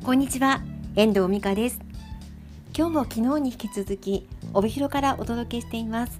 こんにちは、遠藤美香です。今日も昨日に引き続き帯広からお届けしています。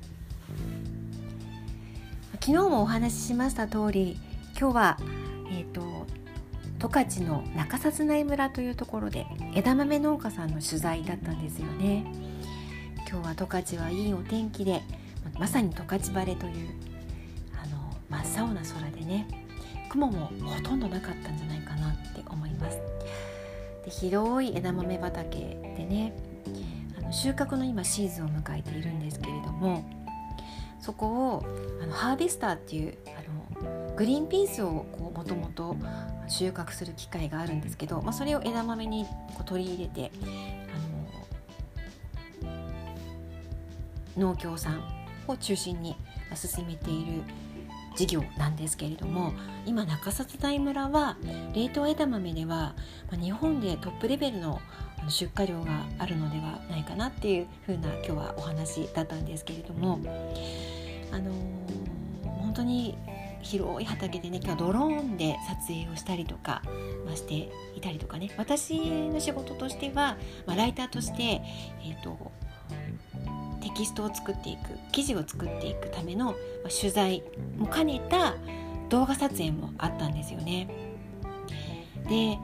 昨日もお話ししました通り、今日は十勝の中札内村というところで枝豆農家さんの取材だったんですよね。今日は十勝はいいお天気で、まさに十勝晴れという真っ青な空でね、雲もほとんどなかったんじゃないかなって思います。で、広い枝豆畑でね、収穫の今シーズンを迎えているんですけれども、そこをハーベスターっていうグリーンピースをもともと収穫する機械があるんですけど、それを枝豆に取り入れて農協さんを中心に進めている事業なんですけれども、今中札内村は冷凍枝豆では日本でトップレベルの出荷量があるのではないかなっていう風な今日はお話だったんですけれども、本当に広い畑でね、今日はドローンで撮影をしたりとかしていたりとかね、私の仕事としては、ライターとして、テキストを作っていく、記事を作っていくための取材も兼ねた動画撮影もあったんですよね。で、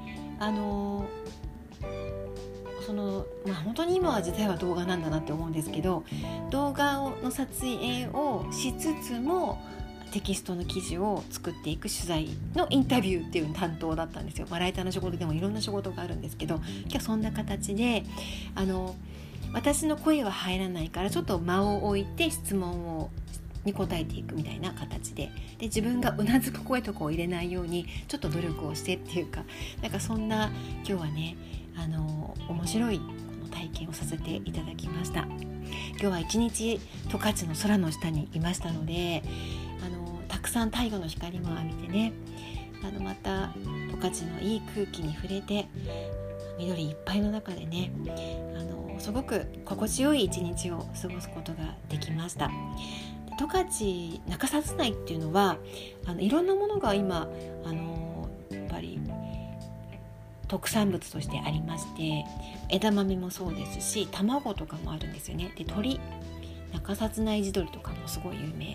本当に今は時代は動画なんだなって思うんですけど、動画の撮影をしつつもテキストの記事を作っていく取材のインタビューっていう担当だったんですよ。ライターの仕事でもいろんな仕事があるんですけど、今日はそんな形で私の声は入らないからちょっと間を置いて質問に答えていくみたいな形で、自分がうなずく声とかを入れないようにちょっと努力をしてっていうか、そんな今日はね面白い体験をさせていただきました。今日は一日十勝の空の下にいましたので、たくさん太陽の光も浴びてね、また十勝のいい空気に触れて、緑いっぱいの中でね、すごく心地よい一日を過ごすことができました。十勝中札内っていうのはいろんなものが今やっぱり特産物としてありまして、枝豆もそうですし、卵とかもあるんですよね。で、鳥、中札内地鶏とかもすごい有名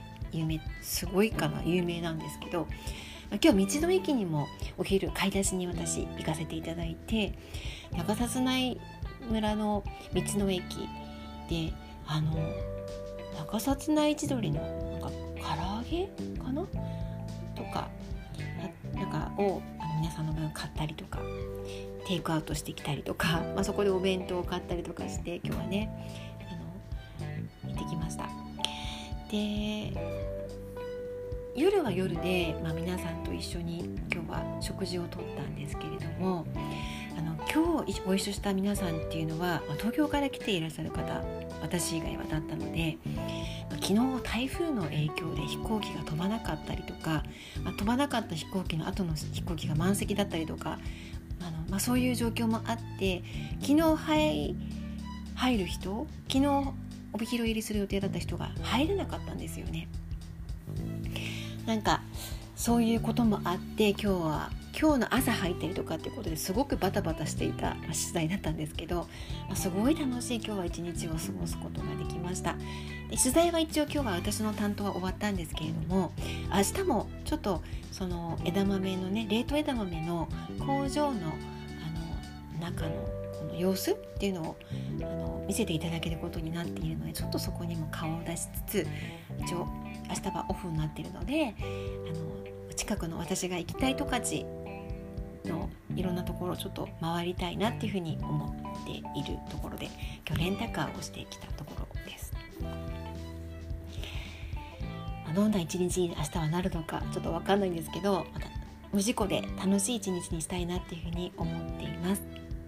なんですけど、今日道の駅にもお昼買い出しに私行かせていただいて、中札内村の道の駅で中札内地鶏の唐揚げかなとかを皆さんの分買ったりとか、テイクアウトしてきたりとか、そこでお弁当を買ったりとかして、今日はね行ってきました。で、夜は夜で、皆さんと一緒に今日は食事をとったんですけれども、今日ご一緒した皆さんっていうのは、東京から来ていらっしゃる方、私以外はだったので、昨日台風の影響で飛行機が飛ばなかったりとか、飛ばなかった飛行機の後の飛行機が満席だったりとか、そういう状況もあって、昨日入る人、昨日帯広入りする予定だった人が入れなかったんですよね。そういうこともあって、今日の朝入ったりとかっていうことですごくバタバタしていた取材だったんですけど、すごい楽しい今日は一日を過ごすことができました。で、取材は一応今日は私の担当は終わったんですけれども、明日もちょっとその枝豆のね、冷凍枝豆の工場の中のこの様子っていうのを見せていただけることになっているので、ちょっとそこにも顔を出しつつ、一応明日はオフになっているので、近くの私が行きたい十勝のいろんなところをちょっと回りたいなっていうふうに思っているところで、今日レンタカーをしてきたところです。どんな一日に明日はなるのかちょっと分かんないんですけど、また無事故で楽しい一日にしたいなっていうふうに思っています。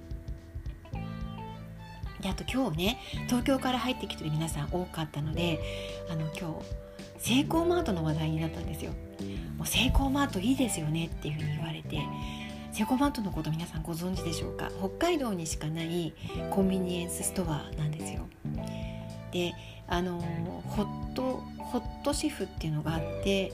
で、あと今日ね、東京から入ってきてる皆さん多かったので、今日セイコーマートの話題になったんですよ。もうセイコーマートいいですよねっていうふうに言われて、セイコーマートのこと皆さんご存知でしょうか。北海道にしかないコンビニエンスストアなんですよ。で、ホットシェフっていうのがあって、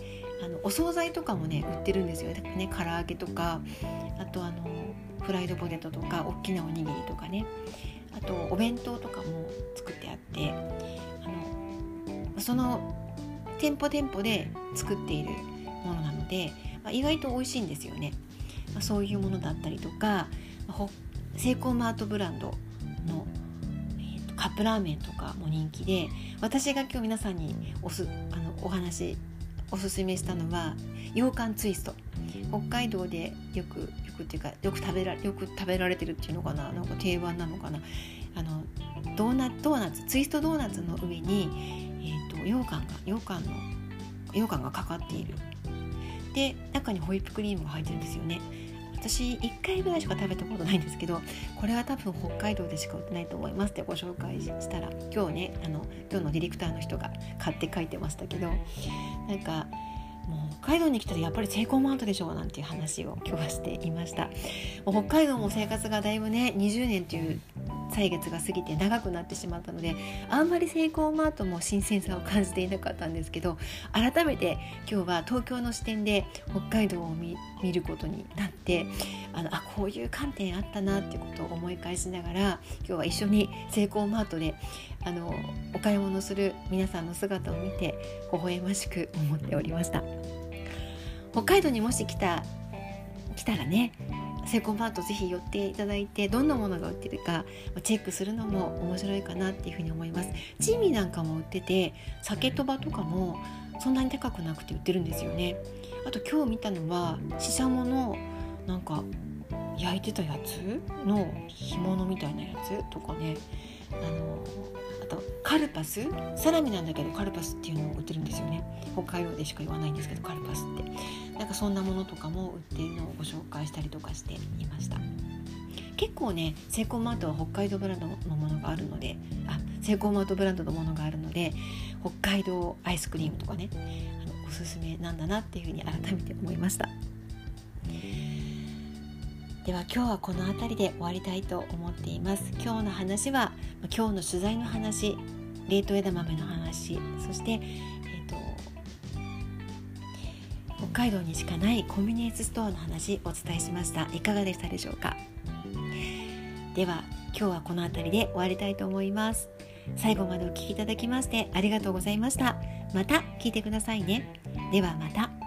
お惣菜とかもね売ってるんですよね。唐揚げとか、あとフライドポテトとか大きなおにぎりとかね、あとお弁当とかも作ってあって、その店舗で作っているものなので、意外と美味しいんですよね。そういうものだったりとか、セイコーマートブランドの、カップラーメンとかも人気で、私が今日皆さんにおすすめしたのは羊羹ツイスト。北海道でよく食べられてるっていうのかな、なんか定番なのかな。ドーナツツイストドーナツの上に、羊羹がかかっている。で中にホイップクリームが入ってるんですよね。私1回ぐらいしか食べたことないんですけど、これは多分北海道でしか売ってないと思いますってご紹介したら、今日ね今日のディレクターの人が買って書いてましたけど、なんかもう北海道に来たらやっぱりセイコーマートでしょなんていう話を今日はしていました。もう北海道も生活がだいぶね20年という歳月が過ぎて長くなってしまったので、あんまりセイコーマートも新鮮さを感じていなかったんですけど、改めて今日は東京の視点で北海道を 見ることになって、こういう観点あったなっていうことを思い返しながら、今日は一緒にセイコーマートでお買い物する皆さんの姿を見て微笑ましく思っておりました。北海道にもし来たらね、セイコーマートぜひ寄っていただいて、どんなものが売ってるかチェックするのも面白いかなっていうふうに思います。チーミーなんかも売ってて、鮭とばとかもそんなに高くなくて売ってるんですよね。あと今日見たのはシシャモのなんか焼いてたやつの干物みたいなやつとかね、あとカルパス、サラミなんだけどカルパスっていうのを売ってるんですよね。北海道でしか言わないんですけど、カルパスってなんかそんなものとかも売っているのをご紹介したりとかしていました。結構ねセイコーマートは北海道ブランドのものがあるので、セイコーマートブランドのものがあるので、北海道アイスクリームとかねおすすめなんだなっていうふうに改めて思いました。では今日はこの辺りで終わりたいと思っています。今日の話は今日の取材の話、冷凍枝豆の話、そして、北海道にしかないコンビニエンスストアの話お伝えしました。いかがでしたでしょうか。では今日はこの辺りで終わりたいと思います。最後までお聞きいただきましてありがとうございました。また聞いてくださいね。ではまた。